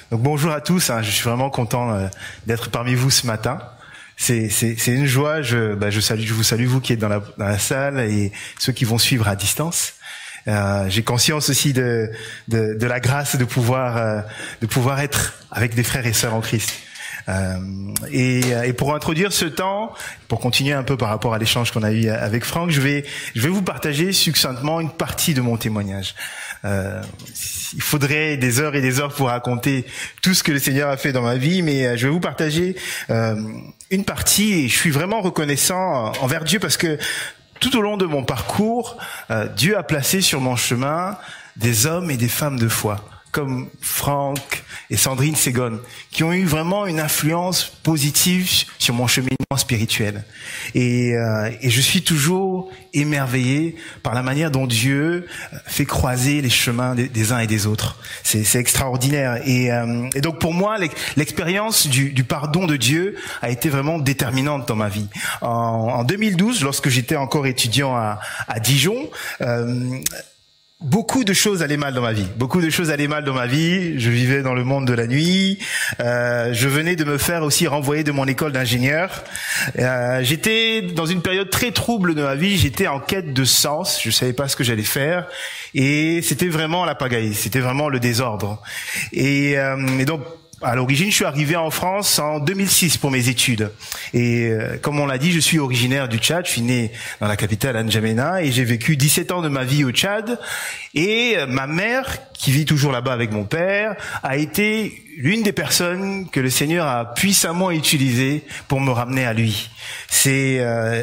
Donc bonjour à tous, je suis vraiment content d'être parmi vous ce matin. C'est une joie. Je vous salue vous qui êtes dans la salle et ceux qui vont suivre à distance. J'ai conscience aussi de la grâce de pouvoir être avec des frères et sœurs en Christ. Et pour introduire ce temps, pour continuer un peu par rapport à l'échange qu'on a eu avec Franck, je vais vous partager succinctement une partie de mon témoignage. Il faudrait des heures et des heures pour raconter tout ce que le Seigneur a fait dans ma vie, mais je vais vous partager une partie, et je suis vraiment reconnaissant envers Dieu parce que tout au long de mon parcours, Dieu a placé sur mon chemin des hommes et des femmes de foi, comme Franck et Sandrine Segon, qui ont eu vraiment une influence positive sur mon cheminement spirituel. Et je suis toujours émerveillé par la manière dont Dieu fait croiser les chemins des uns et des autres. C'est extraordinaire. Et donc pour moi, l'expérience du pardon de Dieu a été vraiment déterminante dans ma vie. En 2012, lorsque j'étais encore étudiant à Dijon, beaucoup de choses allaient mal dans ma vie. Je vivais dans le monde de la nuit. Je venais de me faire aussi renvoyer de mon école d'ingénieur. J'étais dans une période très trouble de ma vie. J'étais en quête de sens. Je savais pas ce que j'allais faire. Et c'était vraiment la pagaille. C'était vraiment le désordre. Et donc, à l'origine, je suis arrivé en France en 2006 pour mes études. Et comme on l'a dit, je suis originaire du Tchad. Je suis né dans la capitale, N'Djamena, et j'ai vécu 17 ans de ma vie au Tchad. Et ma mère, qui vit toujours là-bas avec mon père, a été l'une des personnes que le Seigneur a puissamment utilisées pour me ramener à lui. C'est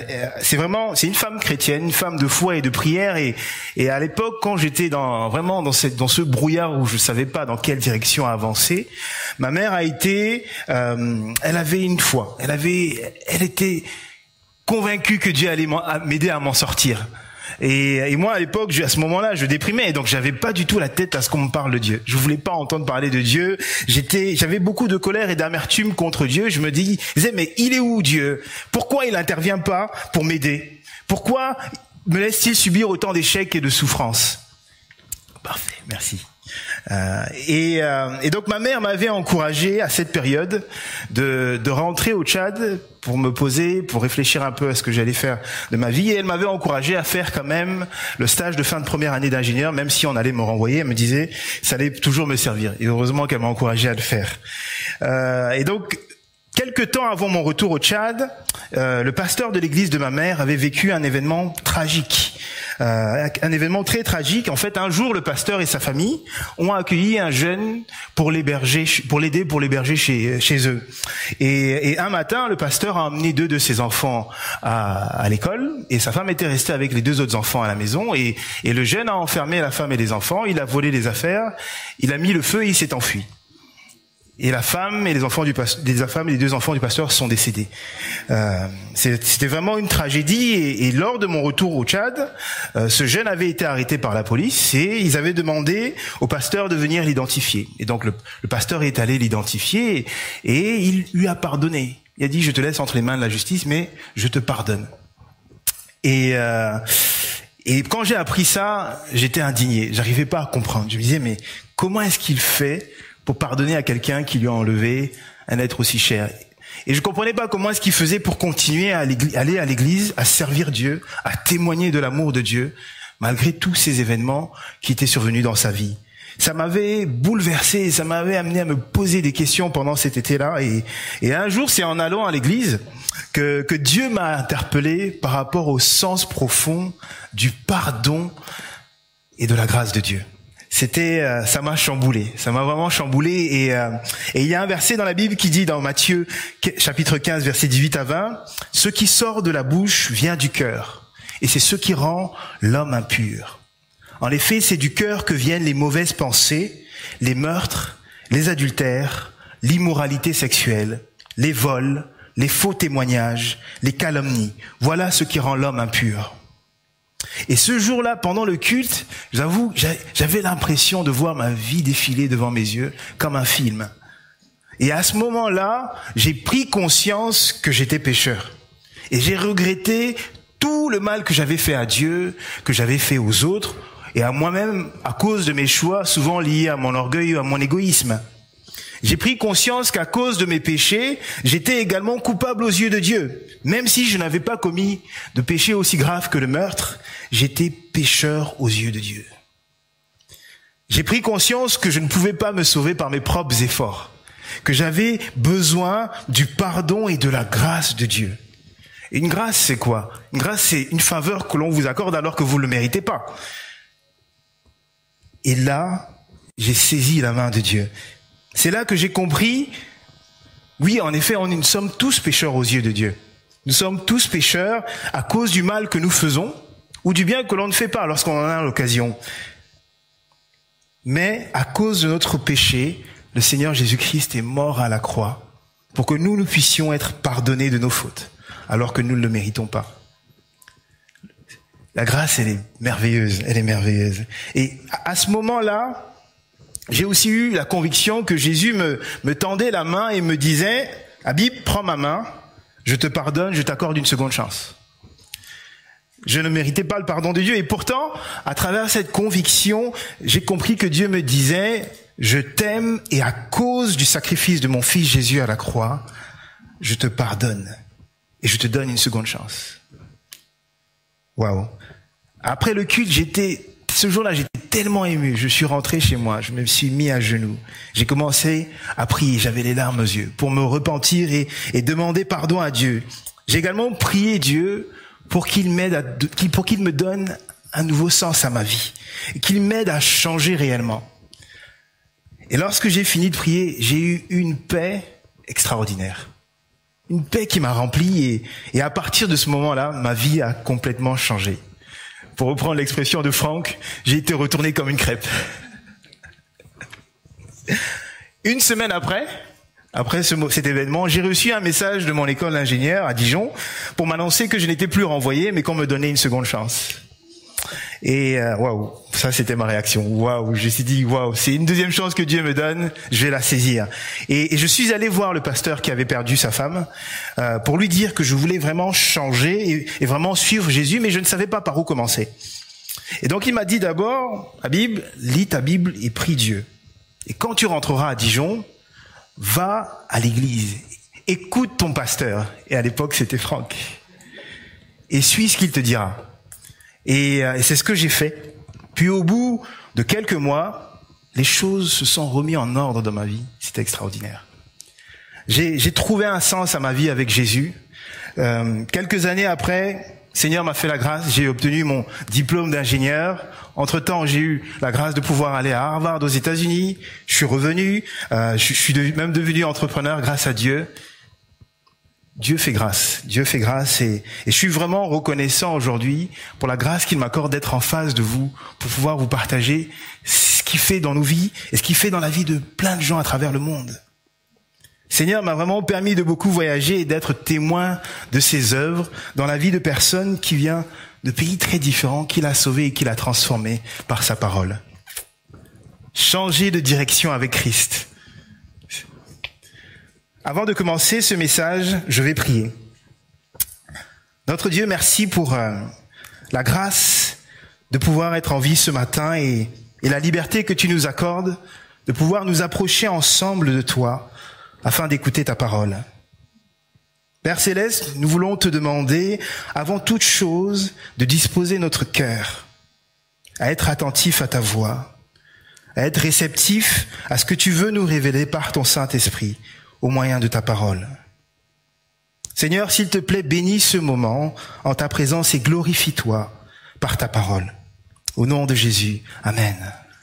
une femme chrétienne, une femme de foi et de prière. Et à l'époque, quand j'étais dans ce brouillard où je savais pas dans quelle direction avancer, ma mère a été, elle avait une foi. Elle était convaincue que Dieu allait m'aider à m'en sortir. Et moi, à l'époque, à ce moment-là, je déprimais, et donc j'avais pas du tout la tête à ce qu'on me parle de Dieu. Je voulais pas entendre parler de Dieu. J'avais beaucoup de colère et d'amertume contre Dieu. Je me disais, mais il est où Dieu? Pourquoi il n'intervient pas pour m'aider? Pourquoi me laisse-t-il subir autant d'échecs et de souffrances? Parfait, merci. Et donc ma mère m'avait encouragé à cette période de rentrer au Tchad pour me poser, pour réfléchir un peu à ce que j'allais faire de ma vie, et elle m'avait encouragé à faire quand même le stage de fin de première année d'ingénieur, même si on allait me renvoyer. Elle me disait ça allait toujours me servir, et heureusement qu'elle m'a encouragé à le faire. Et donc quelque temps avant mon retour au Tchad, le pasteur de l'église de ma mère avait vécu un événement tragique. Un événement très tragique. En fait, un jour, le pasteur et sa famille ont accueilli un jeune pour l'aider chez eux. Et un matin, le pasteur a emmené 2 de ses enfants à l'école, et sa femme était restée avec les 2 autres enfants à la maison, et le jeune a enfermé la femme et les enfants, il a volé les affaires, il a mis le feu et il s'est enfui. Et la femme et les 2 enfants du pasteur sont décédés. C'était vraiment une tragédie. Et lors de mon retour au Tchad, ce jeune avait été arrêté par la police, et ils avaient demandé au pasteur de venir l'identifier. Et donc le pasteur est allé l'identifier, et il lui a pardonné. Il a dit, je te laisse entre les mains de la justice, mais je te pardonne. Et quand j'ai appris ça, j'étais indigné. J'arrivais pas à comprendre. Je me disais, mais comment est-ce qu'il fait pour pardonner à quelqu'un qui lui a enlevé un être aussi cher? Et je comprenais pas comment est-ce qu'il faisait pour continuer à aller à l'église, à servir Dieu, à témoigner de l'amour de Dieu, malgré tous ces événements qui étaient survenus dans sa vie. Ça m'avait bouleversé, ça m'avait amené à me poser des questions pendant cet été-là. Et un jour, c'est en allant à l'église que Dieu m'a interpellé par rapport au sens profond du pardon et de la grâce de Dieu. Ça m'a chamboulé, ça m'a vraiment chamboulé, et il y a un verset dans la Bible qui dit dans Matthieu chapitre 15 versets 18 à 20, ce qui sort de la bouche vient du cœur, et c'est ce qui rend l'homme impur. En effet, c'est du cœur que viennent les mauvaises pensées, les meurtres, les adultères, l'immoralité sexuelle, les vols, les faux témoignages, les calomnies. Voilà ce qui rend l'homme impur. Et ce jour-là, pendant le culte, j'avoue, j'avais l'impression de voir ma vie défiler devant mes yeux comme un film. Et à ce moment-là, j'ai pris conscience que j'étais pécheur. Et j'ai regretté tout le mal que j'avais fait à Dieu, que j'avais fait aux autres, et à moi-même, à cause de mes choix souvent liés à mon orgueil ou à mon égoïsme. J'ai pris conscience qu'à cause de mes péchés, j'étais également coupable aux yeux de Dieu. Même si je n'avais pas commis de péché aussi grave que le meurtre, j'étais pécheur aux yeux de Dieu. J'ai pris conscience que je ne pouvais pas me sauver par mes propres efforts, que j'avais besoin du pardon et de la grâce de Dieu. Et une grâce, c'est quoi? Une grâce, c'est une faveur que l'on vous accorde alors que vous ne le méritez pas. Et là, j'ai saisi la main de Dieu. C'est là que j'ai compris, oui, en effet, nous sommes tous pécheurs aux yeux de Dieu. Nous sommes tous pécheurs à cause du mal que nous faisons ou du bien que l'on ne fait pas lorsqu'on en a l'occasion. Mais à cause de notre péché, le Seigneur Jésus-Christ est mort à la croix pour que nous puissions être pardonnés de nos fautes, alors que nous ne le méritons pas. La grâce, elle est merveilleuse, elle est merveilleuse. Et à ce moment-là, j'ai aussi eu la conviction que Jésus me tendait la main et me disait, Habib, prends ma main, je te pardonne, je t'accorde une seconde chance. Je ne méritais pas le pardon de Dieu et pourtant, à travers cette conviction, j'ai compris que Dieu me disait, je t'aime et à cause du sacrifice de mon fils Jésus à la croix, je te pardonne et je te donne une seconde chance. Waouh. Après le culte, ce jour-là, j'étais tellement ému. Je suis rentré chez moi, je me suis mis à genoux. J'ai commencé à prier, j'avais les larmes aux yeux, pour me repentir et demander pardon à Dieu. J'ai également prié Dieu pour qu'il me donne un nouveau sens à ma vie, et qu'il m'aide à changer réellement. Et lorsque j'ai fini de prier, j'ai eu une paix extraordinaire. Une paix qui m'a rempli et à partir de ce moment-là, ma vie a complètement changé. Pour reprendre l'expression de Franck, j'ai été retourné comme une crêpe. Une semaine après cet événement, j'ai reçu un message de mon école d'ingénieur à Dijon pour m'annoncer que je n'étais plus renvoyé, mais qu'on me donnait une seconde chance. Et waouh, ça c'était ma réaction. Waouh, je me suis dit waouh, c'est une deuxième chance que Dieu me donne, je vais la saisir. Et je suis allé voir le pasteur qui avait perdu sa femme pour lui dire que je voulais vraiment changer et vraiment suivre Jésus, mais je ne savais pas par où commencer. Et donc il m'a dit d'abord, Habib, lis ta Bible et prie Dieu. Et quand tu rentreras à Dijon, va à l'église, écoute ton pasteur. Et à l'époque c'était Franck. Et suis ce qu'il te dira. Et c'est ce que j'ai fait. Puis au bout de quelques mois, les choses se sont remises en ordre dans ma vie. C'était extraordinaire. J'ai trouvé un sens à ma vie avec Jésus. Quelques années après, le Seigneur m'a fait la grâce. J'ai obtenu mon diplôme d'ingénieur. Entre-temps, j'ai eu la grâce de pouvoir aller à Harvard aux États-Unis. Je suis revenu. Je suis même devenu entrepreneur grâce à Dieu. Dieu fait grâce et je suis vraiment reconnaissant aujourd'hui pour la grâce qu'il m'accorde d'être en face de vous, pour pouvoir vous partager ce qu'il fait dans nos vies et ce qu'il fait dans la vie de plein de gens à travers le monde. Le Seigneur m'a vraiment permis de beaucoup voyager et d'être témoin de ses œuvres dans la vie de personnes qui viennent de pays très différents, qu'il a sauvés et qu'il a transformés par sa parole. Changer de direction avec Christ. Avant de commencer ce message, je vais prier. Notre Dieu, merci pour la grâce de pouvoir être en vie ce matin et la liberté que tu nous accordes de pouvoir nous approcher ensemble de toi afin d'écouter ta parole. Père Céleste, nous voulons te demander, avant toute chose, de disposer notre cœur à être attentif à ta voix, à être réceptif à ce que tu veux nous révéler par ton Saint-Esprit, au moyen de ta parole. Seigneur, s'il te plaît, bénis ce moment en ta présence et glorifie-toi par ta parole. Au nom de Jésus, Amen.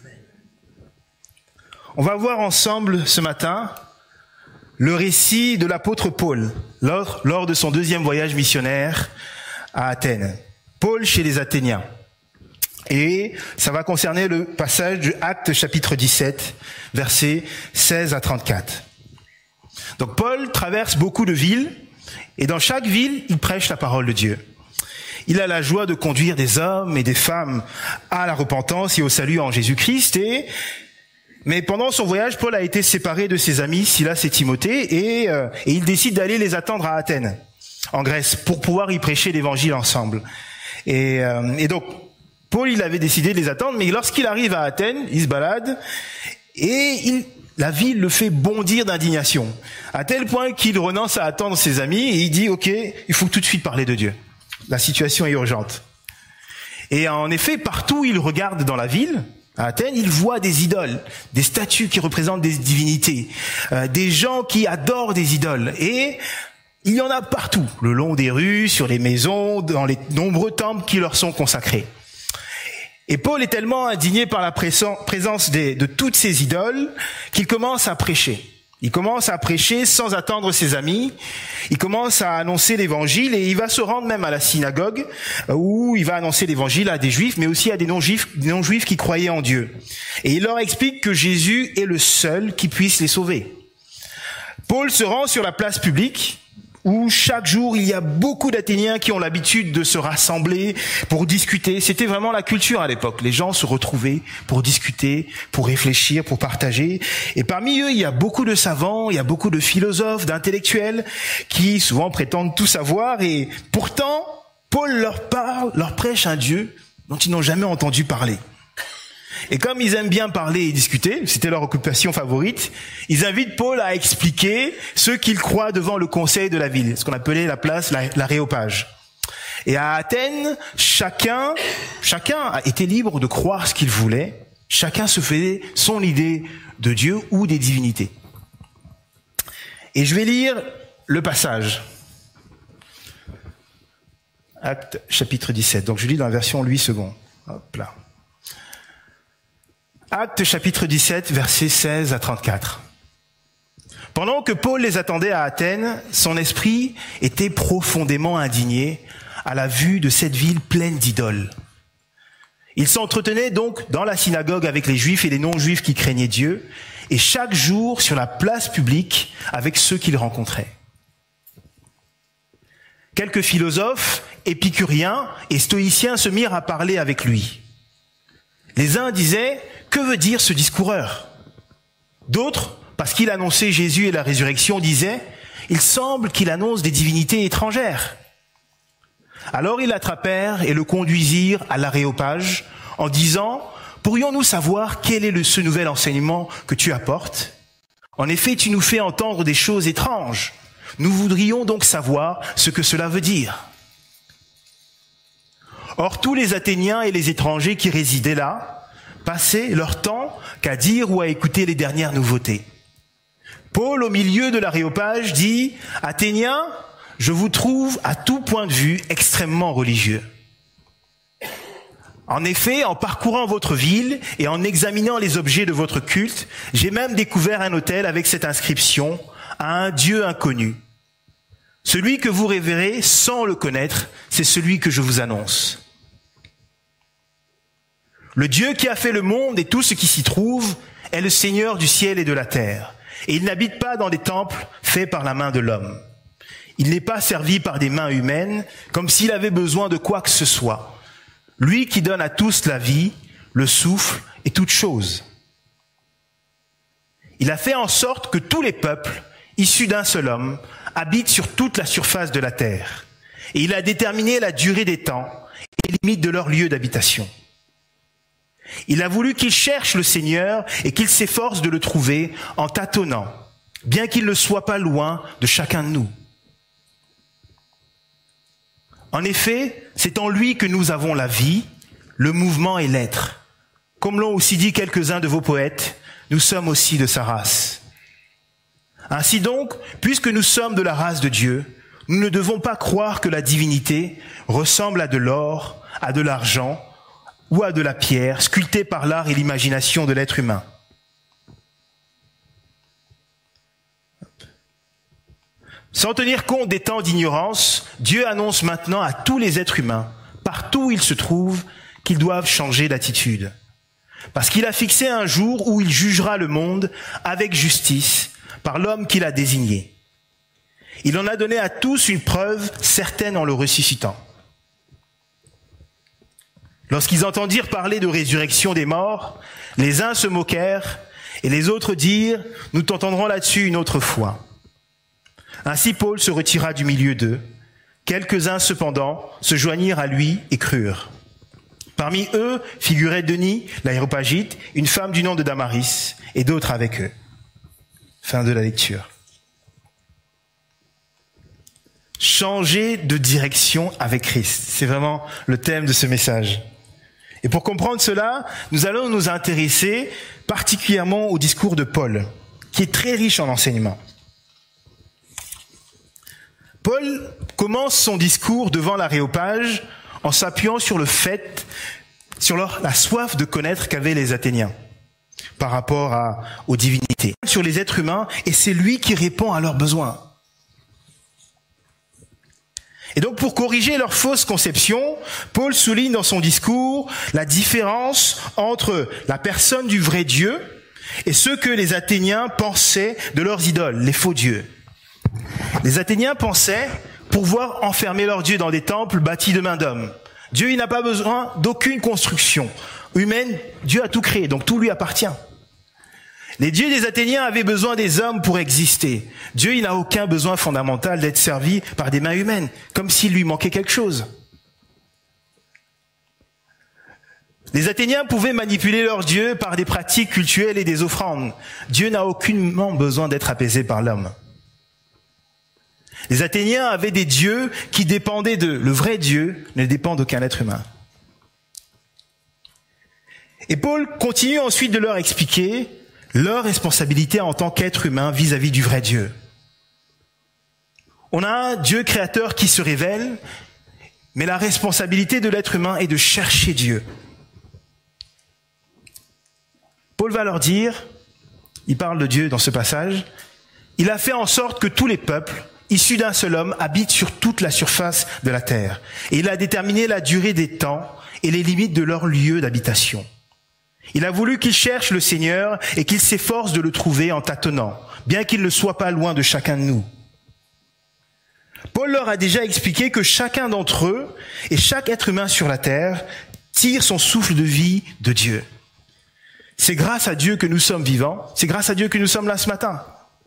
On va voir ensemble ce matin le récit de l'apôtre Paul lors de son deuxième voyage missionnaire à Athènes. Paul chez les Athéniens. Et ça va concerner le passage de Actes chapitre 17, versets 16 à 34. Donc Paul traverse beaucoup de villes et dans chaque ville, il prêche la parole de Dieu. Il a la joie de conduire des hommes et des femmes à la repentance et au salut en Jésus-Christ. Mais pendant son voyage, Paul a été séparé de ses amis Silas et Timothée et il décide d'aller les attendre à Athènes, en Grèce, pour pouvoir y prêcher l'évangile ensemble. Et donc Paul, il avait décidé de les attendre, mais lorsqu'il arrive à Athènes, il se balade et la ville le fait bondir d'indignation, à tel point qu'il renonce à attendre ses amis et il dit « Ok, il faut tout de suite parler de Dieu. La situation est urgente. » Et en effet, partout où il regarde dans la ville, à Athènes, il voit des idoles, des statues qui représentent des divinités, des gens qui adorent des idoles. Et il y en a partout, le long des rues, sur les maisons, dans les nombreux temples qui leur sont consacrés. Et Paul est tellement indigné par la présence de toutes ces idoles qu'il commence à prêcher. Il commence à prêcher sans attendre ses amis. Il commence à annoncer l'évangile et il va se rendre même à la synagogue où il va annoncer l'évangile à des juifs, mais aussi à des non-juifs qui croyaient en Dieu. Et il leur explique que Jésus est le seul qui puisse les sauver. Paul se rend sur la place publique où chaque jour il y a beaucoup d'Athéniens qui ont l'habitude de se rassembler pour discuter. C'était vraiment la culture à l'époque. Les gens se retrouvaient pour discuter, pour réfléchir, pour partager. Et parmi eux, il y a beaucoup de savants, il y a beaucoup de philosophes, d'intellectuels qui souvent prétendent tout savoir. Et pourtant, Paul leur prêche un Dieu dont ils n'ont jamais entendu parler. Et comme ils aiment bien parler et discuter, c'était leur occupation favorite, ils invitent Paul à expliquer ce qu'ils croient devant le conseil de la ville, ce qu'on appelait la place, l'aréopage. Et à Athènes, chacun était libre de croire ce qu'il voulait, chacun se faisait son idée de Dieu ou des divinités. Et je vais lire le passage. Actes chapitre 17. Donc je lis dans la version Louis II. Hop là. Actes chapitre 17, versets 16 à 34. Pendant que Paul les attendait à Athènes, son esprit était profondément indigné à la vue de cette ville pleine d'idoles. Il s'entretenait donc dans la synagogue avec les juifs et les non-juifs qui craignaient Dieu, et chaque jour sur la place publique avec ceux qu'il rencontrait. Quelques philosophes, épicuriens et stoïciens se mirent à parler avec lui. Les uns disaient « Que veut dire ce discoureur ?» D'autres, parce qu'il annonçait Jésus et la résurrection, disaient « Il semble qu'il annonce des divinités étrangères. » Alors ils l'attrapèrent et le conduisirent à l'aréopage en disant « Pourrions-nous savoir quel est ce nouvel enseignement que tu apportes ? En effet, tu nous fais entendre des choses étranges. Nous voudrions donc savoir ce que cela veut dire. » Or, tous les Athéniens et les étrangers qui résidaient là passaient leur temps qu'à dire ou à écouter les dernières nouveautés. Paul, au milieu de l'aréopage, dit « Athéniens, je vous trouve à tout point de vue extrêmement religieux. En effet, en parcourant votre ville et en examinant les objets de votre culte, j'ai même découvert un autel avec cette inscription « À un Dieu inconnu. Celui que vous révérez sans le connaître, c'est celui que je vous annonce. » Le Dieu qui a fait le monde et tout ce qui s'y trouve est le Seigneur du ciel et de la terre. Et il n'habite pas dans des temples faits par la main de l'homme. Il n'est pas servi par des mains humaines, comme s'il avait besoin de quoi que ce soit. Lui qui donne à tous la vie, le souffle et toutes choses. Il a fait en sorte que tous les peuples, issus d'un seul homme, habitent sur toute la surface de la terre. Et il a déterminé la durée des temps et les limites de leur lieu d'habitation. Il a voulu qu'ils cherchent le Seigneur et qu'ils s'efforcent de le trouver en tâtonnant, bien qu'il ne soit pas loin de chacun de nous. En effet, c'est en lui que nous avons la vie, le mouvement et l'être. Comme l'ont aussi dit quelques-uns de vos poètes, nous sommes aussi de sa race. Ainsi donc, puisque nous sommes de la race de Dieu, nous ne devons pas croire que la divinité ressemble à de l'or, à de l'argent, ou à de la pierre, sculptée par l'art et l'imagination de l'être humain. Sans tenir compte des temps d'ignorance, Dieu annonce maintenant à tous les êtres humains, partout où ils se trouvent, qu'ils doivent changer d'attitude. Parce qu'il a fixé un jour où il jugera le monde avec justice par l'homme qu'il a désigné. Il en a donné à tous une preuve certaine en le ressuscitant. Lorsqu'ils entendirent parler de résurrection des morts, les uns se moquèrent et les autres dirent « Nous t'entendrons là-dessus une autre fois ». Ainsi Paul se retira du milieu d'eux. Quelques-uns cependant se joignirent à lui et crurent. Parmi eux figurait Denis, l'aréopagite, une femme du nom de Damaris, et d'autres avec eux. Fin de la lecture. Changer de direction avec Christ. C'est vraiment le thème de ce message. Et pour comprendre cela, nous allons nous intéresser particulièrement au discours de Paul, qui est très riche en enseignements. Paul commence son discours devant l'Aréopage en s'appuyant sur la soif de connaître qu'avaient les Athéniens par rapport aux divinités, sur les êtres humains, et c'est lui qui répond à leurs besoins. Et donc, pour corriger leurs fausses conceptions, Paul souligne dans son discours la différence entre la personne du vrai Dieu et ce que les Athéniens pensaient de leurs idoles, les faux dieux. Les Athéniens pensaient pouvoir enfermer leur Dieu dans des temples bâtis de main d'homme. Dieu, il n'a pas besoin d'aucune construction humaine. Dieu a tout créé, donc tout lui appartient. Les dieux des Athéniens avaient besoin des hommes pour exister. Dieu, il n'a aucun besoin fondamental d'être servi par des mains humaines, comme s'il lui manquait quelque chose. Les Athéniens pouvaient manipuler leur Dieu par des pratiques cultuelles et des offrandes. Dieu n'a aucunement besoin d'être apaisé par l'homme. Les Athéniens avaient des dieux qui dépendaient d'eux. Le vrai Dieu ne dépend d'aucun être humain. Et Paul continue ensuite de leur expliquer leur responsabilité en tant qu'être humain vis-à-vis du vrai Dieu. On a un Dieu créateur qui se révèle, mais la responsabilité de l'être humain est de chercher Dieu. Paul va leur dire, il parle de Dieu dans ce passage, il a fait en sorte que tous les peuples, issus d'un seul homme, habitent sur toute la surface de la terre. Et il a déterminé la durée des temps et les limites de leur lieu d'habitation. Il a voulu qu'ils cherchent le Seigneur et qu'ils s'efforcent de le trouver en tâtonnant, bien qu'il ne soit pas loin de chacun de nous. Paul leur a déjà expliqué que chacun d'entre eux et chaque être humain sur la terre tire son souffle de vie de Dieu. C'est grâce à Dieu que nous sommes vivants, c'est grâce à Dieu que nous sommes là ce matin.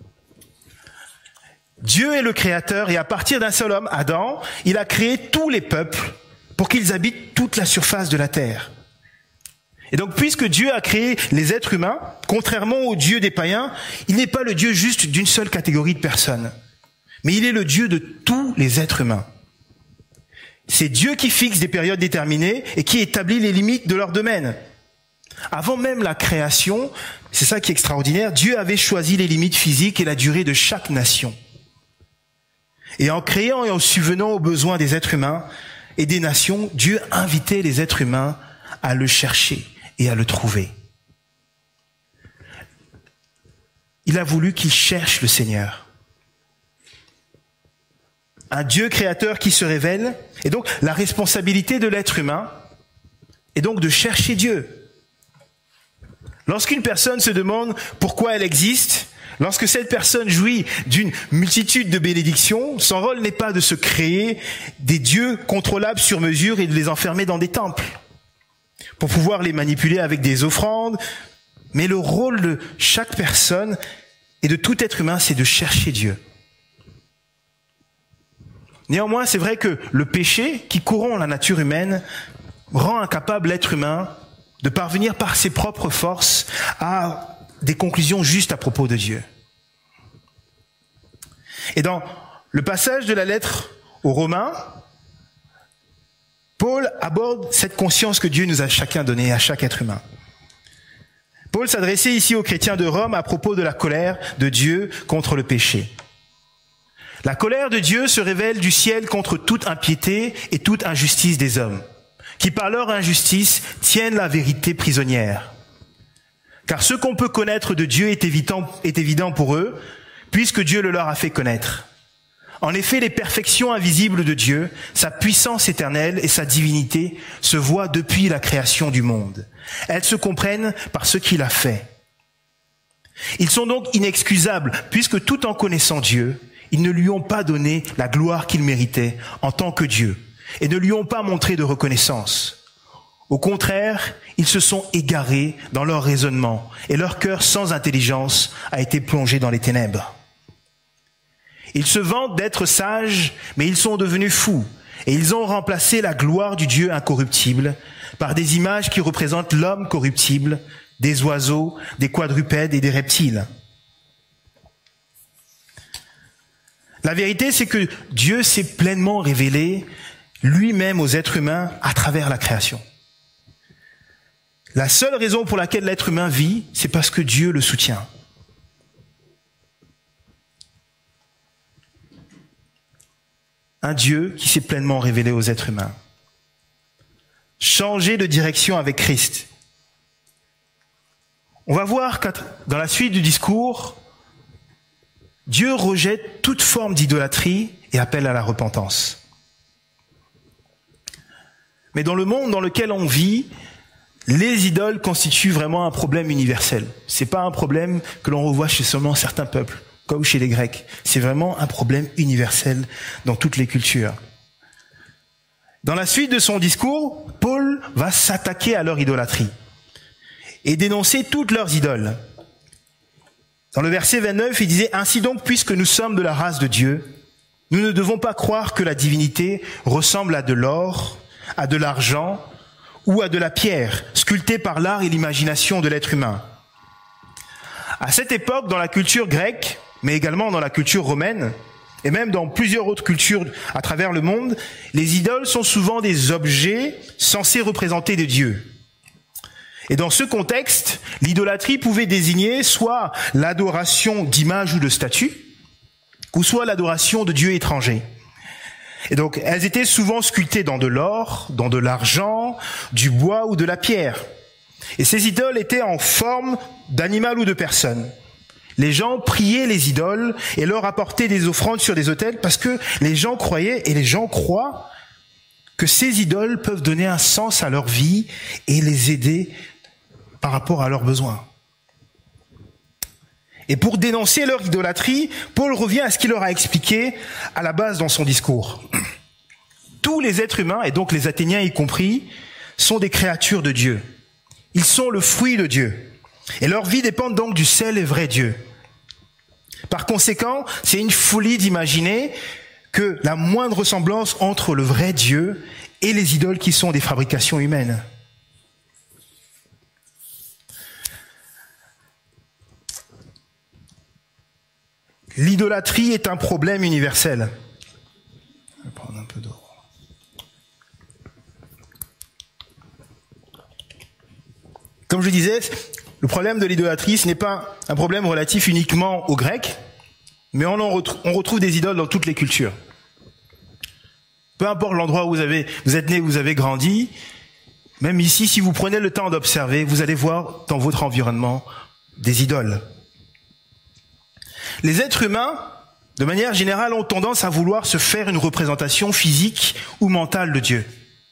Dieu est le Créateur et à partir d'un seul homme, Adam, il a créé tous les peuples pour qu'ils habitent toute la surface de la terre. Et donc, puisque Dieu a créé les êtres humains, contrairement au Dieu des païens, il n'est pas le Dieu juste d'une seule catégorie de personnes, mais il est le Dieu de tous les êtres humains. C'est Dieu qui fixe des périodes déterminées et qui établit les limites de leur domaine. Avant même la création, c'est ça qui est extraordinaire, Dieu avait choisi les limites physiques et la durée de chaque nation. Et en créant et en subvenant aux besoins des êtres humains et des nations, Dieu invitait les êtres humains à le chercher et à le trouver. Il a voulu qu'ils cherchent le Seigneur. Un Dieu créateur qui se révèle, et donc la responsabilité de l'être humain est donc de chercher Dieu. Lorsqu'une personne se demande pourquoi elle existe, lorsque cette personne jouit d'une multitude de bénédictions, son rôle n'est pas de se créer des dieux contrôlables sur mesure et de les enfermer dans des temples pour pouvoir les manipuler avec des offrandes. Mais le rôle de chaque personne et de tout être humain, c'est de chercher Dieu. Néanmoins, c'est vrai que le péché qui corrompt la nature humaine rend incapable l'être humain de parvenir par ses propres forces à des conclusions justes à propos de Dieu. Et dans le passage de la lettre aux Romains, Paul aborde cette conscience que Dieu nous a chacun donnée, à chaque être humain. Paul s'adressait ici aux chrétiens de Rome à propos de la colère de Dieu contre le péché. La colère de Dieu se révèle du ciel contre toute impiété et toute injustice des hommes, qui par leur injustice tiennent la vérité prisonnière. Car ce qu'on peut connaître de Dieu est évident pour eux, puisque Dieu le leur a fait connaître. En effet, les perfections invisibles de Dieu, sa puissance éternelle et sa divinité se voient depuis la création du monde. Elles se comprennent par ce qu'il a fait. Ils sont donc inexcusables, puisque tout en connaissant Dieu, ils ne lui ont pas donné la gloire qu'il méritait en tant que Dieu, et ne lui ont pas montré de reconnaissance. Au contraire, ils se sont égarés dans leur raisonnement, et leur cœur sans intelligence a été plongé dans les ténèbres. Ils se vantent d'être sages, mais ils sont devenus fous, et ils ont remplacé la gloire du Dieu incorruptible par des images qui représentent l'homme corruptible, des oiseaux, des quadrupèdes et des reptiles. La vérité, c'est que Dieu s'est pleinement révélé lui-même aux êtres humains à travers la création. La seule raison pour laquelle l'être humain vit, c'est parce que Dieu le soutient. Un Dieu qui s'est pleinement révélé aux êtres humains. Changer de direction avec Christ. On va voir que dans la suite du discours, Dieu rejette toute forme d'idolâtrie et appelle à la repentance. Mais dans le monde dans lequel on vit, les idoles constituent vraiment un problème universel. C'est pas un problème que l'on revoit chez seulement certains peuples, comme chez les Grecs. C'est vraiment un problème universel dans toutes les cultures. Dans la suite de son discours, Paul va s'attaquer à leur idolâtrie et dénoncer toutes leurs idoles. Dans le verset 29, il disait « Ainsi donc, puisque nous sommes de la race de Dieu, nous ne devons pas croire que la divinité ressemble à de l'or, à de l'argent ou à de la pierre, sculptée par l'art et l'imagination de l'être humain. » À cette époque, dans la culture grecque, mais également dans la culture romaine, et même dans plusieurs autres cultures à travers le monde, les idoles sont souvent des objets censés représenter des dieux. Et dans ce contexte, l'idolâtrie pouvait désigner soit l'adoration d'images ou de statues, ou soit l'adoration de dieux étrangers. Et donc, elles étaient souvent sculptées dans de l'or, dans de l'argent, du bois ou de la pierre. Et ces idoles étaient en forme d'animal ou de personne. Les gens priaient les idoles et leur apportaient des offrandes sur des autels parce que les gens croyaient et les gens croient que ces idoles peuvent donner un sens à leur vie et les aider par rapport à leurs besoins. Et pour dénoncer leur idolâtrie, Paul revient à ce qu'il leur a expliqué à la base dans son discours. Tous les êtres humains, et donc les Athéniens y compris, sont des créatures de Dieu. Ils sont le fruit de Dieu. Et leur vie dépend donc du seul et vrai Dieu. Par conséquent, c'est une folie d'imaginer que la moindre ressemblance entre le vrai Dieu et les idoles qui sont des fabrications humaines. L'idolâtrie est un problème universel. Je vais prendre un peu d'eau. Comme je disais, le problème de l'idolâtrie, ce n'est pas un problème relatif uniquement aux Grecs, mais on retrouve des idoles dans toutes les cultures. Peu importe l'endroit où vous êtes né, où vous avez grandi, même ici, si vous prenez le temps d'observer, vous allez voir dans votre environnement des idoles. Les êtres humains, de manière générale, ont tendance à vouloir se faire une représentation physique ou mentale de Dieu.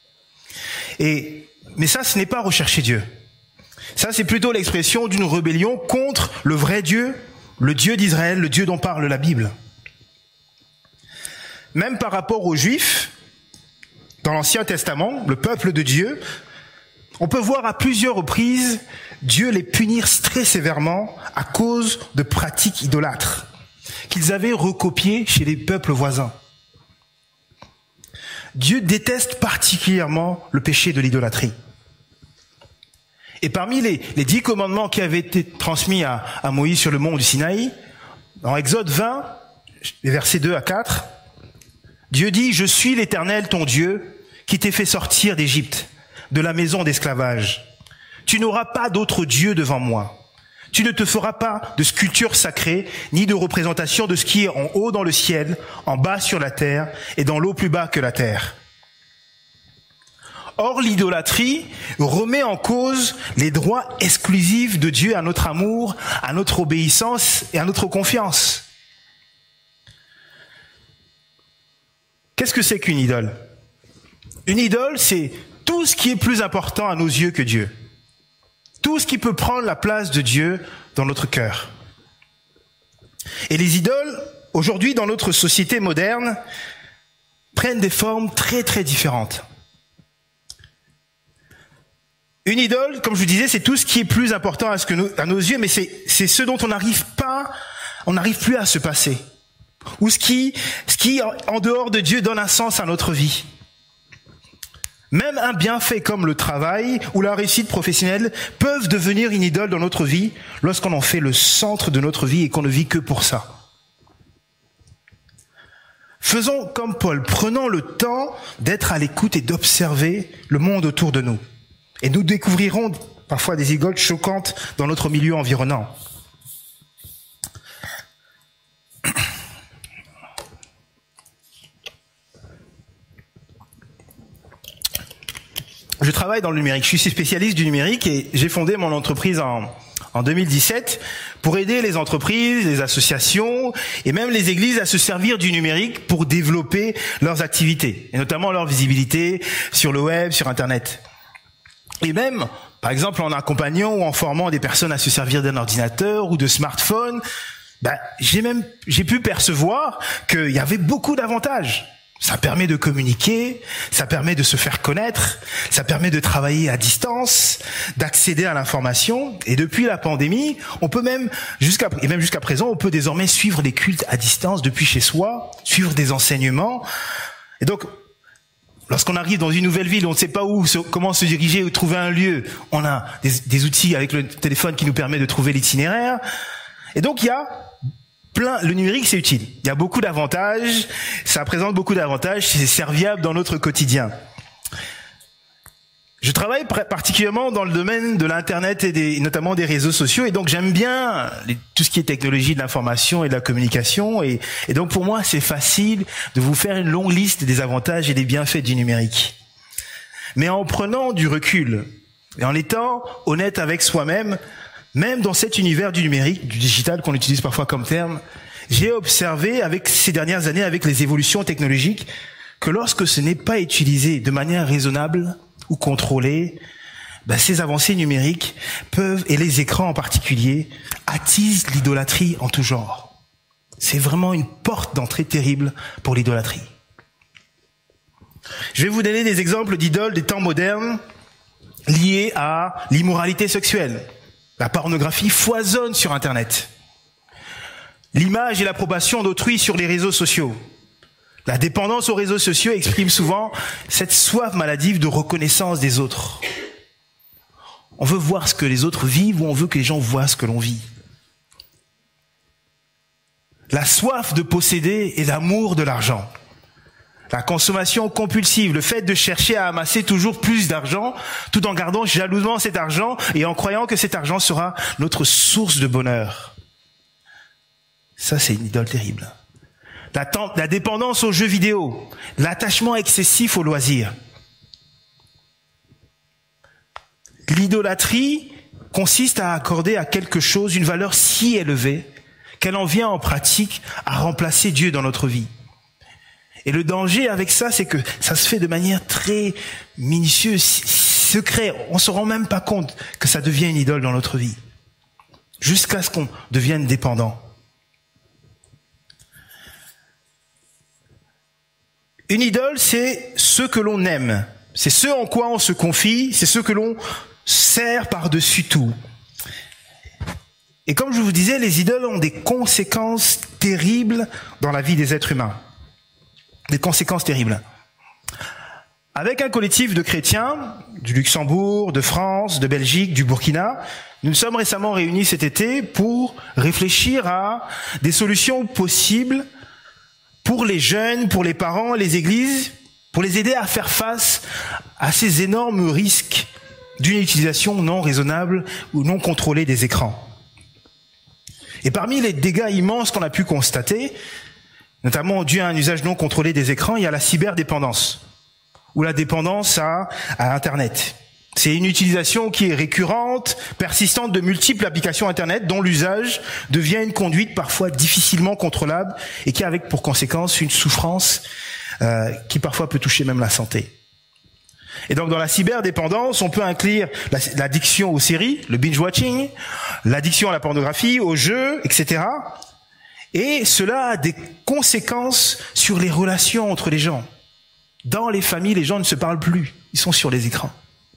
Mais ça, ce n'est pas rechercher Dieu. Ça, c'est plutôt l'expression d'une rébellion contre le vrai Dieu, le Dieu d'Israël, le Dieu dont parle la Bible. Même par rapport aux Juifs, dans l'Ancien Testament, le peuple de Dieu, on peut voir à plusieurs reprises Dieu les punir très sévèrement à cause de pratiques idolâtres qu'ils avaient recopiées chez les peuples voisins. Dieu déteste particulièrement le péché de l'idolâtrie. Et parmi les 10 commandements qui avaient été transmis à Moïse sur le mont du Sinaï, dans Exode 20, les versets 2 à 4, Dieu dit « Je suis l'Éternel ton Dieu qui t'ai fait sortir d'Égypte, de la maison d'esclavage. Tu n'auras pas d'autre Dieu devant moi. Tu ne te feras pas de sculpture sacrée, ni de représentation de ce qui est en haut dans le ciel, en bas sur la terre et dans l'eau plus bas que la terre. » Or, l'idolâtrie remet en cause les droits exclusifs de Dieu à notre amour, à notre obéissance et à notre confiance. Qu'est-ce que c'est qu'une idole ? Une idole, c'est tout ce qui est plus important à nos yeux que Dieu. Tout ce qui peut prendre la place de Dieu dans notre cœur. Et les idoles, aujourd'hui, dans notre société moderne, prennent des formes très très différentes. Une idole, comme je vous disais, c'est tout ce qui est plus important à nos yeux, mais c'est ce dont on n'arrive plus à se passer. Ou ce qui, en dehors de Dieu, donne un sens à notre vie. Même un bienfait comme le travail ou la réussite professionnelle peuvent devenir une idole dans notre vie lorsqu'on en fait le centre de notre vie et qu'on ne vit que pour ça. Faisons comme Paul, prenons le temps d'être à l'écoute et d'observer le monde autour de nous. Et nous découvrirons parfois des idoles choquantes dans notre milieu environnant. Je travaille dans le numérique, je suis spécialiste du numérique et j'ai fondé mon entreprise en 2017 pour aider les entreprises, les associations et même les églises à se servir du numérique pour développer leurs activités, et notamment leur visibilité sur le web, sur Internet. Et même, par exemple, en accompagnant ou en formant des personnes à se servir d'un ordinateur ou de smartphone, j'ai pu percevoir qu'il y avait beaucoup d'avantages. Ça permet de communiquer, ça permet de se faire connaître, ça permet de travailler à distance, d'accéder à l'information. Et depuis la pandémie, on peut même jusqu'à présent, on peut désormais suivre les cultes à distance depuis chez soi, suivre des enseignements. Et donc, lorsqu'on arrive dans une nouvelle ville, on ne sait pas comment se diriger ou trouver un lieu. On a des outils avec le téléphone qui nous permet de trouver l'itinéraire. Et donc, le numérique, c'est utile. Il y a beaucoup d'avantages, ça présente beaucoup d'avantages, c'est serviable dans notre quotidien. Je travaille particulièrement dans le domaine de l'Internet et notamment des réseaux sociaux, et donc j'aime bien tout ce qui est technologie de l'information et de la communication, et donc pour moi, c'est facile de vous faire une longue liste des avantages et des bienfaits du numérique. Mais en prenant du recul et en étant honnête avec soi-même, même dans cet univers du numérique, du digital qu'on utilise parfois comme terme, j'ai observé avec ces dernières années, avec les évolutions technologiques, que lorsque ce n'est pas utilisé de manière raisonnable ou contrôlée, ces avancées numériques peuvent, et les écrans en particulier, attisent l'idolâtrie en tout genre. C'est vraiment une porte d'entrée terrible pour l'idolâtrie. Je vais vous donner des exemples d'idoles des temps modernes liés à l'immoralité sexuelle. La pornographie foisonne sur Internet. L'image et l'approbation d'autrui sur les réseaux sociaux. La dépendance aux réseaux sociaux exprime souvent cette soif maladive de reconnaissance des autres. On veut voir ce que les autres vivent ou on veut que les gens voient ce que l'on vit. La soif de posséder et l'amour de l'argent. La consommation compulsive, le fait de chercher à amasser toujours plus d'argent, tout en gardant jalousement cet argent et en croyant que cet argent sera notre source de bonheur. Ça, c'est une idole terrible. La dépendance aux jeux vidéo, l'attachement excessif aux loisirs. L'idolâtrie consiste à accorder à quelque chose une valeur si élevée qu'elle en vient en pratique à remplacer Dieu dans notre vie. Et le danger avec ça, c'est que ça se fait de manière très minutieuse, secrète. On se rend même pas compte que ça devient une idole dans notre vie. Jusqu'à ce qu'on devienne dépendant. Une idole, c'est ce que l'on aime. C'est ce en quoi on se confie. C'est ce que l'on sert par-dessus tout. Et comme je vous disais, les idoles ont des conséquences terribles dans la vie des êtres humains. Des conséquences terribles. Avec un collectif de chrétiens du Luxembourg, de France, de Belgique, du Burkina, nous nous sommes récemment réunis cet été pour réfléchir à des solutions possibles pour les jeunes, pour les parents, les églises, pour les aider à faire face à ces énormes risques d'une utilisation non raisonnable ou non contrôlée des écrans. Et parmi les dégâts immenses qu'on a pu constater, notamment dû à un usage non contrôlé des écrans, il y a la cyberdépendance, ou la dépendance à Internet. C'est une utilisation qui est récurrente, persistante de multiples applications Internet, dont l'usage devient une conduite parfois difficilement contrôlable et qui a avec pour conséquence une souffrance qui parfois peut toucher même la santé. Et donc dans la cyberdépendance, on peut inclure l'addiction aux séries, le binge-watching, l'addiction à la pornographie, aux jeux, etc. Et cela a des conséquences sur les relations entre les gens. Dans les familles, les gens ne se parlent plus. Ils sont sur les écrans.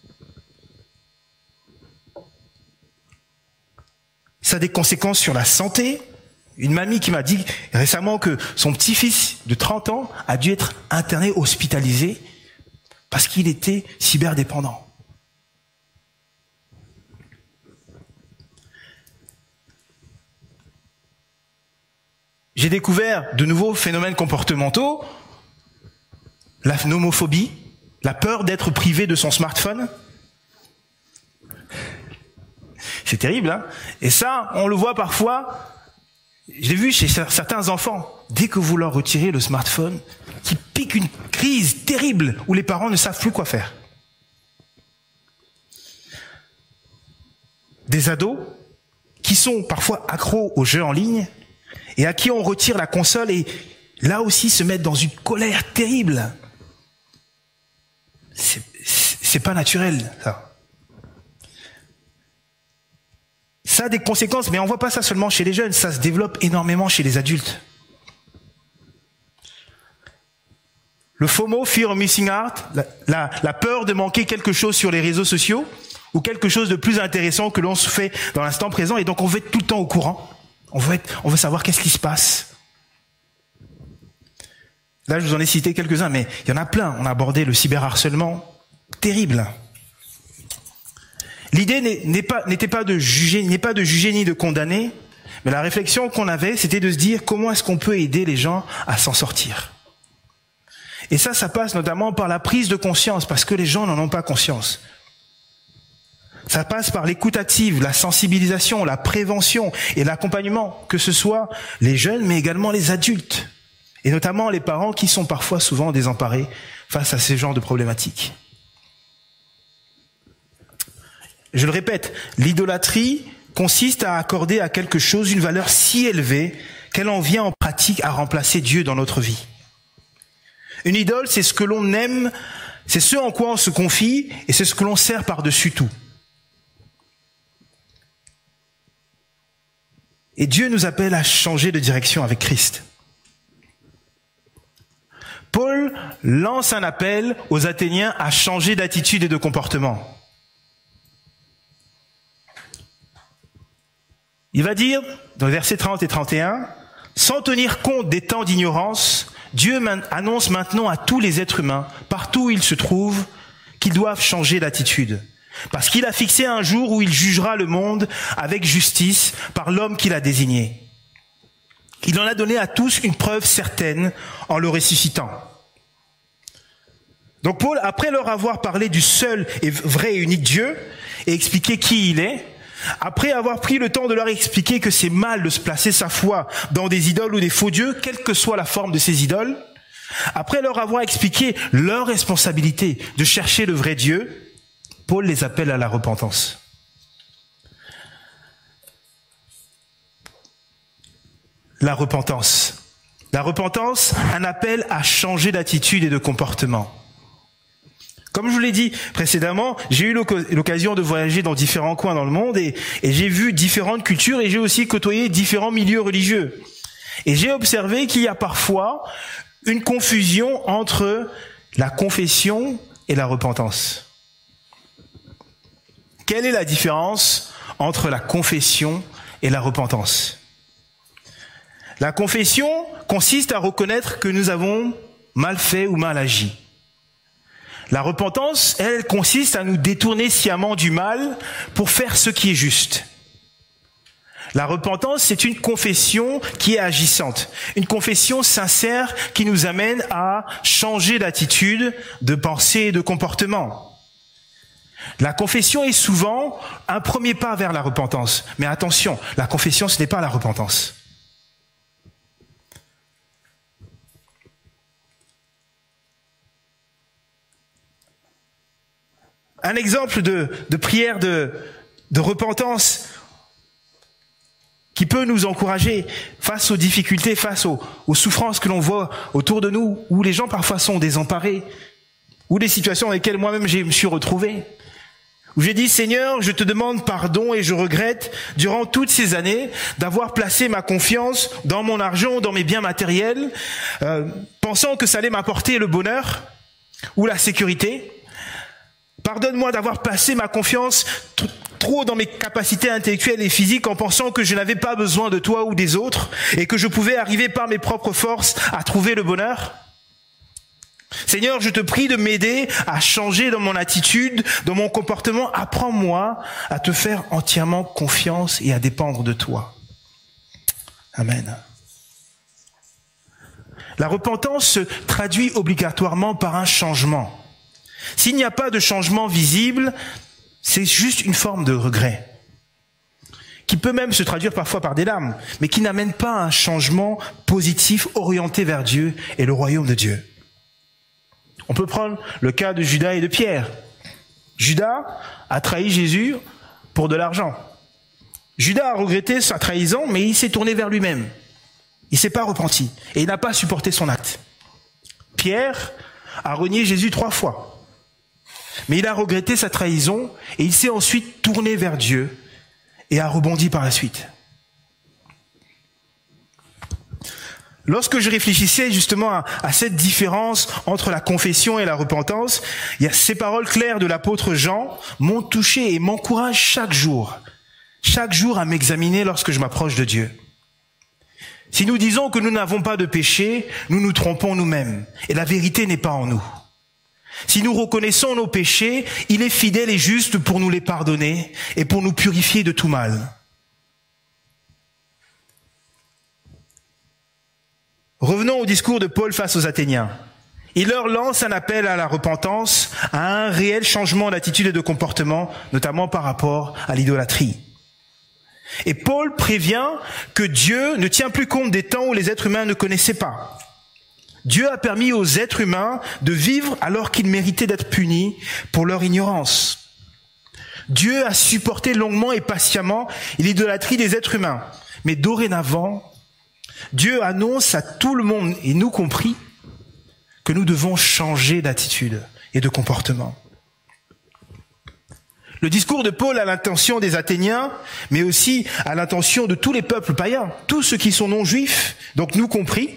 Ça a des conséquences sur la santé. Une mamie qui m'a dit récemment que son petit-fils de 30 ans a dû être interné, hospitalisé, parce qu'il était cyberdépendant. J'ai découvert de nouveaux phénomènes comportementaux, la nomophobie, la peur d'être privé de son smartphone. C'est terrible, hein? Et ça, on le voit parfois, je l'ai vu chez certains enfants, dès que vous leur retirez le smartphone, qui piquent une crise terrible où les parents ne savent plus quoi faire. Des ados qui sont parfois accros aux jeux en ligne et à qui on retire la console et là aussi se mettent dans une colère terrible. C'est pas naturel, ça. Ça a des conséquences, mais on voit pas ça seulement chez les jeunes, ça se développe énormément chez les adultes. Le FOMO, Fear of Missing Out, la peur de manquer quelque chose sur les réseaux sociaux, ou quelque chose de plus intéressant que l'on se fait dans l'instant présent, et donc on veut être tout le temps au courant. On veut savoir qu'est-ce qui se passe. Là, je vous en ai cité quelques-uns, mais il y en a plein. On a abordé le cyberharcèlement, terrible. L'idée n'était pas de juger ni de condamner, mais la réflexion qu'on avait, c'était de se dire comment est-ce qu'on peut aider les gens à s'en sortir. Et ça passe notamment par la prise de conscience, parce que les gens n'en ont pas conscience. Ça passe par l'écoute active, la sensibilisation, la prévention et l'accompagnement, que ce soit les jeunes, mais également les adultes. Et notamment les parents qui sont parfois souvent désemparés face à ces genres de problématiques. Je le répète, l'idolâtrie consiste à accorder à quelque chose une valeur si élevée qu'elle en vient en pratique à remplacer Dieu dans notre vie. Une idole, c'est ce que l'on aime, c'est ce en quoi on se confie et c'est ce que l'on sert par-dessus tout. Et Dieu nous appelle à changer de direction avec Christ. Paul lance un appel aux Athéniens à changer d'attitude et de comportement. Il va dire, dans les versets 30 et 31, « Sans tenir compte des temps d'ignorance, Dieu annonce maintenant à tous les êtres humains, partout où ils se trouvent, qu'ils doivent changer d'attitude. Parce qu'il a fixé un jour où il jugera le monde avec justice par l'homme qu'il a désigné. Il en a donné à tous une preuve certaine en le ressuscitant. » Donc Paul, après leur avoir parlé du seul et vrai et unique Dieu et expliqué qui il est, après avoir pris le temps de leur expliquer que c'est mal de se placer sa foi dans des idoles ou des faux dieux, quelle que soit la forme de ces idoles, après leur avoir expliqué leur responsabilité de chercher le vrai Dieu, Paul les appelle à la repentance. La repentance. La repentance, un appel à changer d'attitude et de comportement. Comme je vous l'ai dit précédemment, j'ai eu l'occasion de voyager dans différents coins dans le monde et j'ai vu différentes cultures et j'ai aussi côtoyé différents milieux religieux. Et j'ai observé qu'il y a parfois une confusion entre la confession et la repentance. Quelle est la différence entre la confession et la repentance? La confession consiste à reconnaître que nous avons mal fait ou mal agi. La repentance, elle, consiste à nous détourner sciemment du mal pour faire ce qui est juste. La repentance, c'est une confession qui est agissante, une confession sincère qui nous amène à changer d'attitude, de pensée et de comportement. La confession est souvent un premier pas vers la repentance. Mais attention, la confession, ce n'est pas la repentance. Un exemple de prière de repentance qui peut nous encourager face aux difficultés, face aux souffrances que l'on voit autour de nous, où les gens parfois sont désemparés, ou des situations dans lesquelles moi-même je me suis retrouvé, où j'ai dit « Seigneur, je te demande pardon et je regrette, durant toutes ces années, d'avoir placé ma confiance dans mon argent, dans mes biens matériels, pensant que ça allait m'apporter le bonheur ou la sécurité. Pardonne-moi d'avoir placé ma confiance trop dans mes capacités intellectuelles et physiques en pensant que je n'avais pas besoin de toi ou des autres et que je pouvais arriver par mes propres forces à trouver le bonheur. Seigneur, je te prie de m'aider à changer dans mon attitude, dans mon comportement. Apprends-moi à te faire entièrement confiance et à dépendre de toi. Amen. La repentance se traduit obligatoirement par un changement. S'il n'y a pas de changement visible, c'est juste une forme de regret, qui peut même se traduire parfois par des larmes, mais qui n'amène pas à un changement positif orienté vers Dieu et le royaume de Dieu. On peut prendre le cas de Judas et de Pierre. Judas a trahi Jésus pour de l'argent. Judas a regretté sa trahison, mais il s'est tourné vers lui-même. Il s'est pas repenti et il n'a pas supporté son acte. Pierre a renié Jésus 3 fois. Mais il a regretté sa trahison et il s'est ensuite tourné vers Dieu et a rebondi par la suite. Lorsque je réfléchissais justement à cette différence entre la confession et la repentance, il y a ces paroles claires de l'apôtre Jean m'ont touché et m'encouragent chaque jour à m'examiner lorsque je m'approche de Dieu. Si nous disons que nous n'avons pas de péché, nous nous trompons nous-mêmes et la vérité n'est pas en nous. Si nous reconnaissons nos péchés, il est fidèle et juste pour nous les pardonner et pour nous purifier de tout mal. Revenons au discours de Paul face aux Athéniens. Il leur lance un appel à la repentance, à un réel changement d'attitude et de comportement, notamment par rapport à l'idolâtrie. Et Paul prévient que Dieu ne tient plus compte des temps où les êtres humains ne connaissaient pas. Dieu a permis aux êtres humains de vivre alors qu'ils méritaient d'être punis pour leur ignorance. Dieu a supporté longuement et patiemment l'idolâtrie des êtres humains. Mais dorénavant, Dieu annonce à tout le monde, et nous compris, que nous devons changer d'attitude et de comportement. Le discours de Paul à l'intention des Athéniens, mais aussi à l'intention de tous les peuples païens, tous ceux qui sont non-juifs, donc nous compris,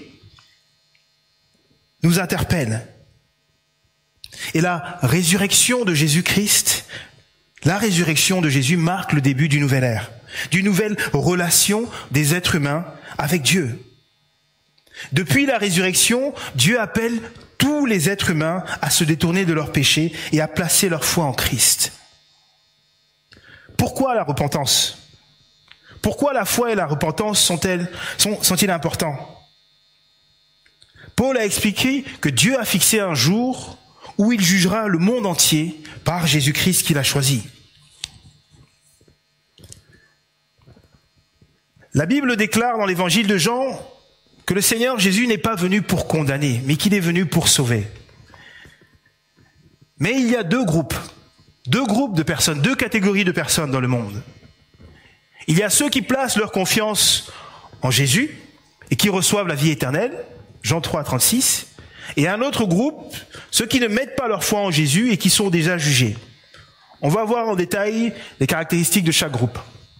nous interpelle. Et la résurrection de Jésus-Christ, la résurrection de Jésus marque le début d'une nouvelle ère, d'une nouvelle relation des êtres humains avec Dieu. Depuis la résurrection, Dieu appelle tous les êtres humains à se détourner de leurs péchés et à placer leur foi en Christ. Pourquoi la repentance ? Pourquoi la foi et la repentance sont-ils importants ? Paul a expliqué que Dieu a fixé un jour où il jugera le monde entier par Jésus-Christ qu'il a choisi. La Bible déclare dans l'évangile de Jean que le Seigneur Jésus n'est pas venu pour condamner, mais qu'il est venu pour sauver. Mais il y a deux groupes de personnes, deux catégories de personnes dans le monde. Il y a ceux qui placent leur confiance en Jésus et qui reçoivent la vie éternelle, Jean 3, 36, et un autre groupe, ceux qui ne mettent pas leur foi en Jésus et qui sont déjà jugés. On va voir en détail les caractéristiques de chaque groupe.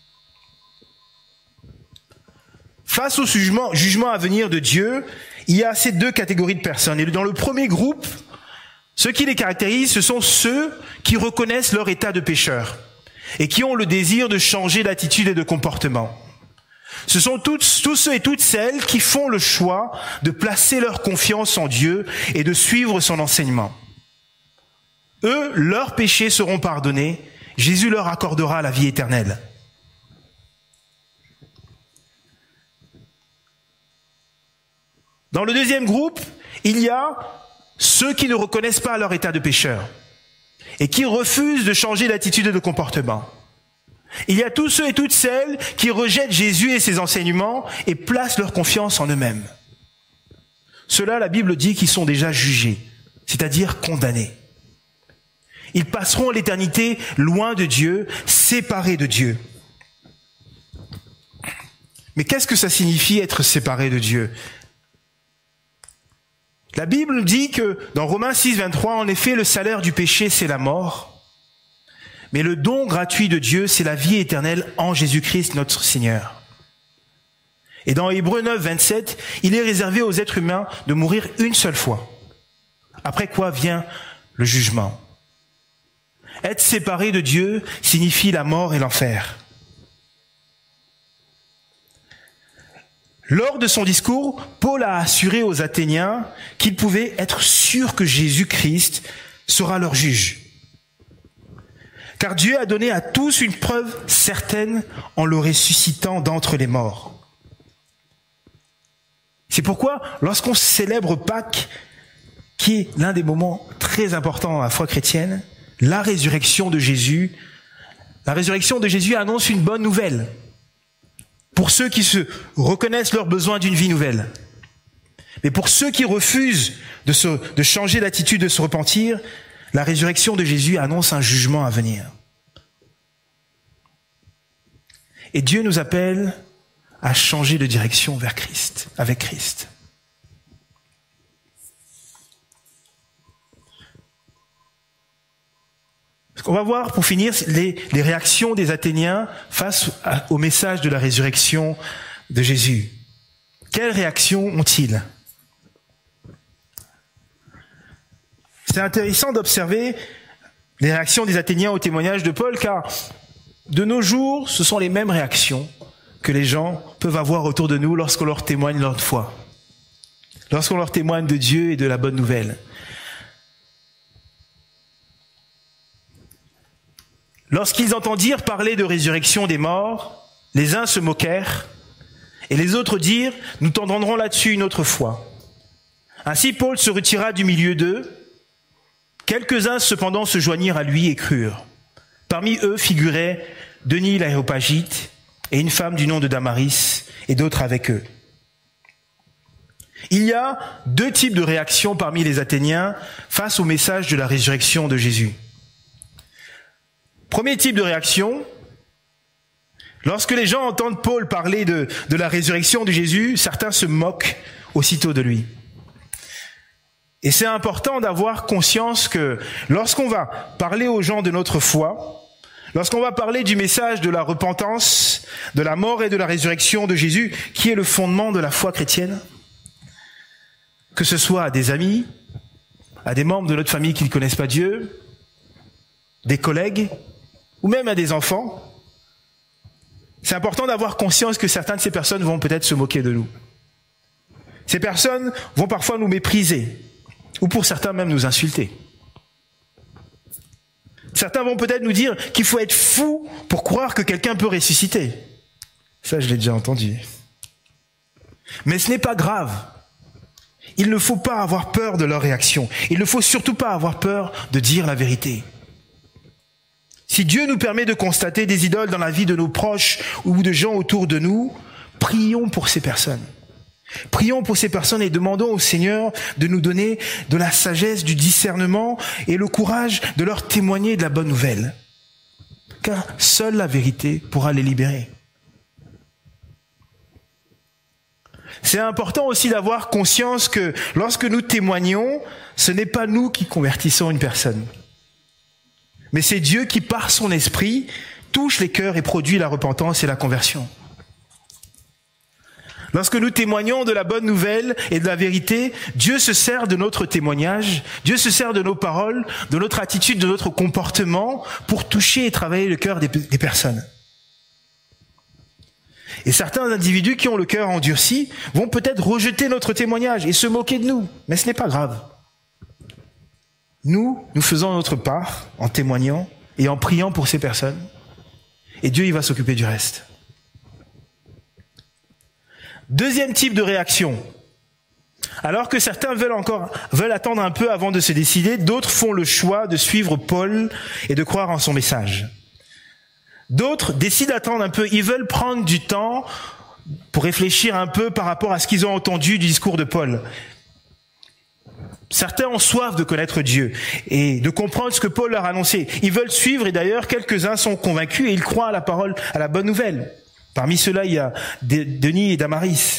Face au jugement à venir de Dieu, il y a ces deux catégories de personnes. Et dans le premier groupe, ce qui les caractérise, ce sont ceux qui reconnaissent leur état de pécheur et qui ont le désir de changer d'attitude et de comportement. Ce sont tous ceux et toutes celles qui font le choix de placer leur confiance en Dieu et de suivre son enseignement. Eux, leurs péchés seront pardonnés. Jésus leur accordera la vie éternelle. Dans le deuxième groupe, il y a ceux qui ne reconnaissent pas leur état de pécheur et qui refusent de changer d'attitude et de comportement. Il y a tous ceux et toutes celles qui rejettent Jésus et ses enseignements et placent leur confiance en eux-mêmes. Ceux-là, la Bible dit qu'ils sont déjà jugés, c'est-à-dire condamnés. Ils passeront l'éternité loin de Dieu, séparés de Dieu. Mais qu'est-ce que ça signifie être séparé de Dieu ? La Bible dit que dans Romains 6, 23, en effet, le salaire du péché, c'est la mort. Mais le don gratuit de Dieu, c'est la vie éternelle en Jésus-Christ, notre Seigneur. Et dans Hébreux 9, 27, il est réservé aux êtres humains de mourir une seule fois. Après quoi vient le jugement. Être séparé de Dieu signifie la mort et l'enfer. Lors de son discours, Paul a assuré aux Athéniens qu'ils pouvaient être sûrs que Jésus-Christ sera leur juge. Car Dieu a donné à tous une preuve certaine en le ressuscitant d'entre les morts. C'est pourquoi, lorsqu'on célèbre Pâques, qui est l'un des moments très importants dans la foi chrétienne, la résurrection de Jésus annonce une bonne nouvelle pour ceux qui se reconnaissent leur besoin d'une vie nouvelle. Mais pour ceux qui refusent de changer d'attitude, de se repentir, la résurrection de Jésus annonce un jugement à venir. Et Dieu nous appelle à changer de direction vers Christ, avec Christ. On va voir, pour finir, les réactions des Athéniens face au message de la résurrection de Jésus. Quelles réactions ont-ils ? C'est intéressant d'observer les réactions des Athéniens au témoignage de Paul, car de nos jours, ce sont les mêmes réactions que les gens peuvent avoir autour de nous lorsqu'on leur témoigne leur foi, lorsqu'on leur témoigne de Dieu et de la bonne nouvelle. Lorsqu'ils entendirent parler de résurrection des morts, les uns se moquèrent et les autres dirent « Nous t'entendrons là-dessus une autre fois ». Ainsi Paul se retira du milieu d'eux. Quelques-uns cependant se joignirent à lui et crurent. Parmi eux figuraient Denis l'Aréopagite et une femme du nom de Damaris et d'autres avec eux. Il y a deux types de réactions parmi les Athéniens face au message de la résurrection de Jésus. Premier type de réaction, lorsque les gens entendent Paul parler de la résurrection de Jésus, certains se moquent aussitôt de lui. Et c'est important d'avoir conscience que lorsqu'on va parler aux gens de notre foi, lorsqu'on va parler du message de la repentance, de la mort et de la résurrection de Jésus, qui est le fondement de la foi chrétienne, que ce soit à des amis, à des membres de notre famille qui ne connaissent pas Dieu, des collègues, ou même à des enfants, c'est important d'avoir conscience que certaines de ces personnes vont peut-être se moquer de nous. Ces personnes vont parfois nous mépriser, ou pour certains même nous insulter. Certains vont peut-être nous dire qu'il faut être fou pour croire que quelqu'un peut ressusciter. Ça, je l'ai déjà entendu. Mais ce n'est pas grave. Il ne faut pas avoir peur de leur réaction. Il ne faut surtout pas avoir peur de dire la vérité. Si Dieu nous permet de constater des idoles dans la vie de nos proches ou de gens autour de nous, prions pour ces personnes. Prions pour ces personnes et demandons au Seigneur de nous donner de la sagesse, du discernement et le courage de leur témoigner de la bonne nouvelle. Car seule la vérité pourra les libérer. C'est important aussi d'avoir conscience que lorsque nous témoignons, ce n'est pas nous qui convertissons une personne. Mais c'est Dieu qui, par son esprit, touche les cœurs et produit la repentance et la conversion. Lorsque nous témoignons de la bonne nouvelle et de la vérité, Dieu se sert de notre témoignage, Dieu se sert de nos paroles, de notre attitude, de notre comportement pour toucher et travailler le cœur des personnes. Et certains individus qui ont le cœur endurci vont peut-être rejeter notre témoignage et se moquer de nous, mais ce n'est pas grave. Nous faisons notre part en témoignant et en priant pour ces personnes. Et Dieu, il va s'occuper du reste. Deuxième type de réaction. Alors que certains veulent attendre un peu avant de se décider, d'autres font le choix de suivre Paul et de croire en son message. D'autres décident d'attendre un peu. Ils veulent prendre du temps pour réfléchir un peu par rapport à ce qu'ils ont entendu du discours de Paul. Certains ont soif de connaître Dieu et de comprendre ce que Paul leur a annoncé. Ils veulent suivre et d'ailleurs quelques-uns sont convaincus et ils croient à la parole, à la bonne nouvelle. Parmi ceux-là, il y a Denis et Damaris.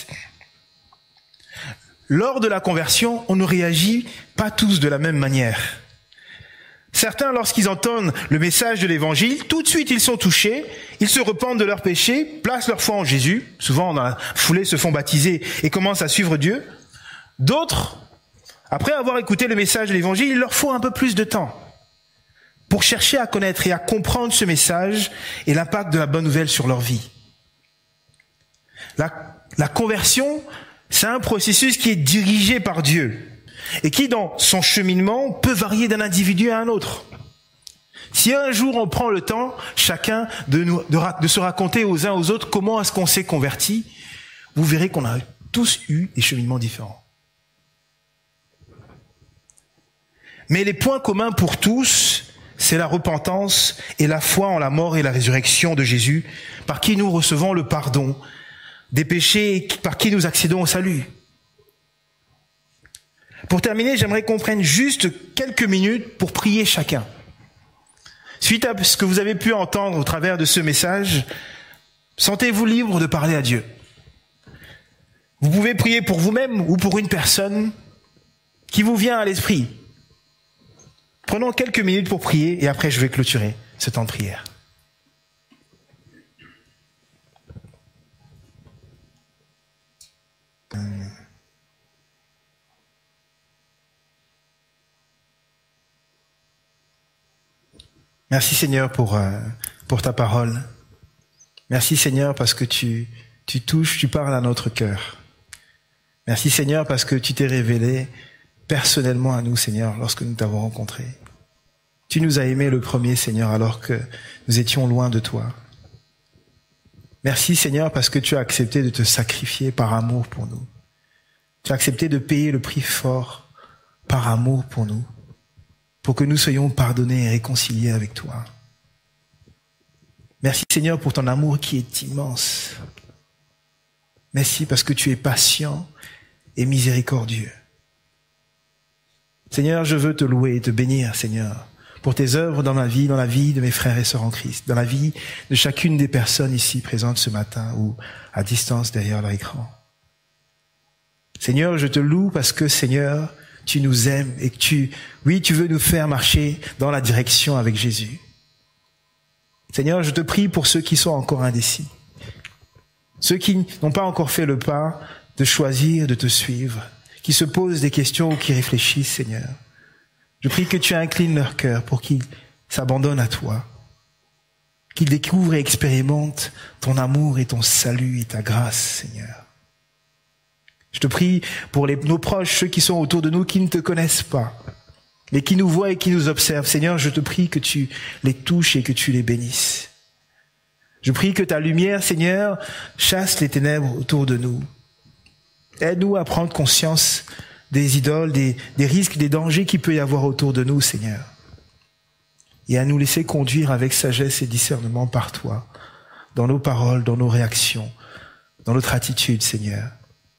Lors de la conversion, on ne réagit pas tous de la même manière. Certains, lorsqu'ils entendent le message de l'évangile, tout de suite ils sont touchés, ils se repentent de leurs péchés, placent leur foi en Jésus. Souvent, dans la foulée, se font baptiser et commencent à suivre Dieu. D'autres, après avoir écouté le message de l'évangile, il leur faut un peu plus de temps pour chercher à connaître et à comprendre ce message et l'impact de la bonne nouvelle sur leur vie. La conversion, c'est un processus qui est dirigé par Dieu et qui, dans son cheminement, peut varier d'un individu à un autre. Si un jour on prend le temps, chacun, de se raconter aux uns aux autres comment est-ce qu'on s'est converti, vous verrez qu'on a tous eu des cheminements différents. Mais les points communs pour tous, c'est la repentance et la foi en la mort et la résurrection de Jésus, par qui nous recevons le pardon des péchés et par qui nous accédons au salut. Pour terminer, j'aimerais qu'on prenne juste quelques minutes pour prier chacun. Suite à ce que vous avez pu entendre au travers de ce message, sentez-vous libre de parler à Dieu. Vous pouvez prier pour vous-même ou pour une personne qui vous vient à l'esprit. Prenons quelques minutes pour prier et après je vais clôturer ce temps de prière. Merci Seigneur pour ta parole. Merci Seigneur parce que tu touches, tu parles à notre cœur. Merci Seigneur parce que tu t'es révélé personnellement à nous Seigneur lorsque nous t'avons rencontré. Tu nous as aimés le premier Seigneur alors que nous étions loin de toi. Merci Seigneur parce que tu as accepté de te sacrifier par amour pour nous. Tu as accepté de payer le prix fort par amour pour nous, pour que nous soyons pardonnés et réconciliés avec toi. Merci Seigneur pour ton amour qui est immense. Merci parce que tu es patient et miséricordieux. Seigneur, je veux te louer et te bénir, Seigneur, pour tes œuvres dans ma vie, dans la vie de mes frères et sœurs en Christ, dans la vie de chacune des personnes ici présentes ce matin ou à distance derrière leur écran. Seigneur, je te loue parce que, Seigneur, tu nous aimes et que tu veux nous faire marcher dans la direction avec Jésus. Seigneur, je te prie pour ceux qui sont encore indécis, ceux qui n'ont pas encore fait le pas de choisir de te suivre, qui se posent des questions ou qui réfléchissent, Seigneur. Je prie que tu inclines leur cœur pour qu'ils s'abandonnent à toi, qu'ils découvrent et expérimentent ton amour et ton salut et ta grâce, Seigneur. Je te prie pour nos proches, ceux qui sont autour de nous, qui ne te connaissent pas, mais qui nous voient et qui nous observent. Seigneur, je te prie que tu les touches et que tu les bénisses. Je prie que ta lumière, Seigneur, chasse les ténèbres autour de nous. Aide-nous à prendre conscience des idoles, des risques, des dangers qu'il peut y avoir autour de nous, Seigneur. Et à nous laisser conduire avec sagesse et discernement par toi, dans nos paroles, dans nos réactions, dans notre attitude, Seigneur.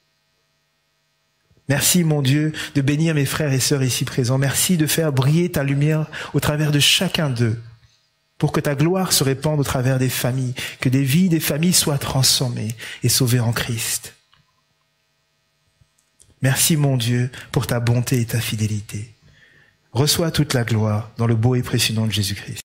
Merci, mon Dieu, de bénir mes frères et sœurs ici présents. Merci de faire briller ta lumière au travers de chacun d'eux, pour que ta gloire se répande au travers des familles, que des vies, des familles soient transformées et sauvées en Christ. Merci, mon Dieu, pour ta bonté et ta fidélité. Reçois toute la gloire dans le beau et précieux nom de Jésus-Christ.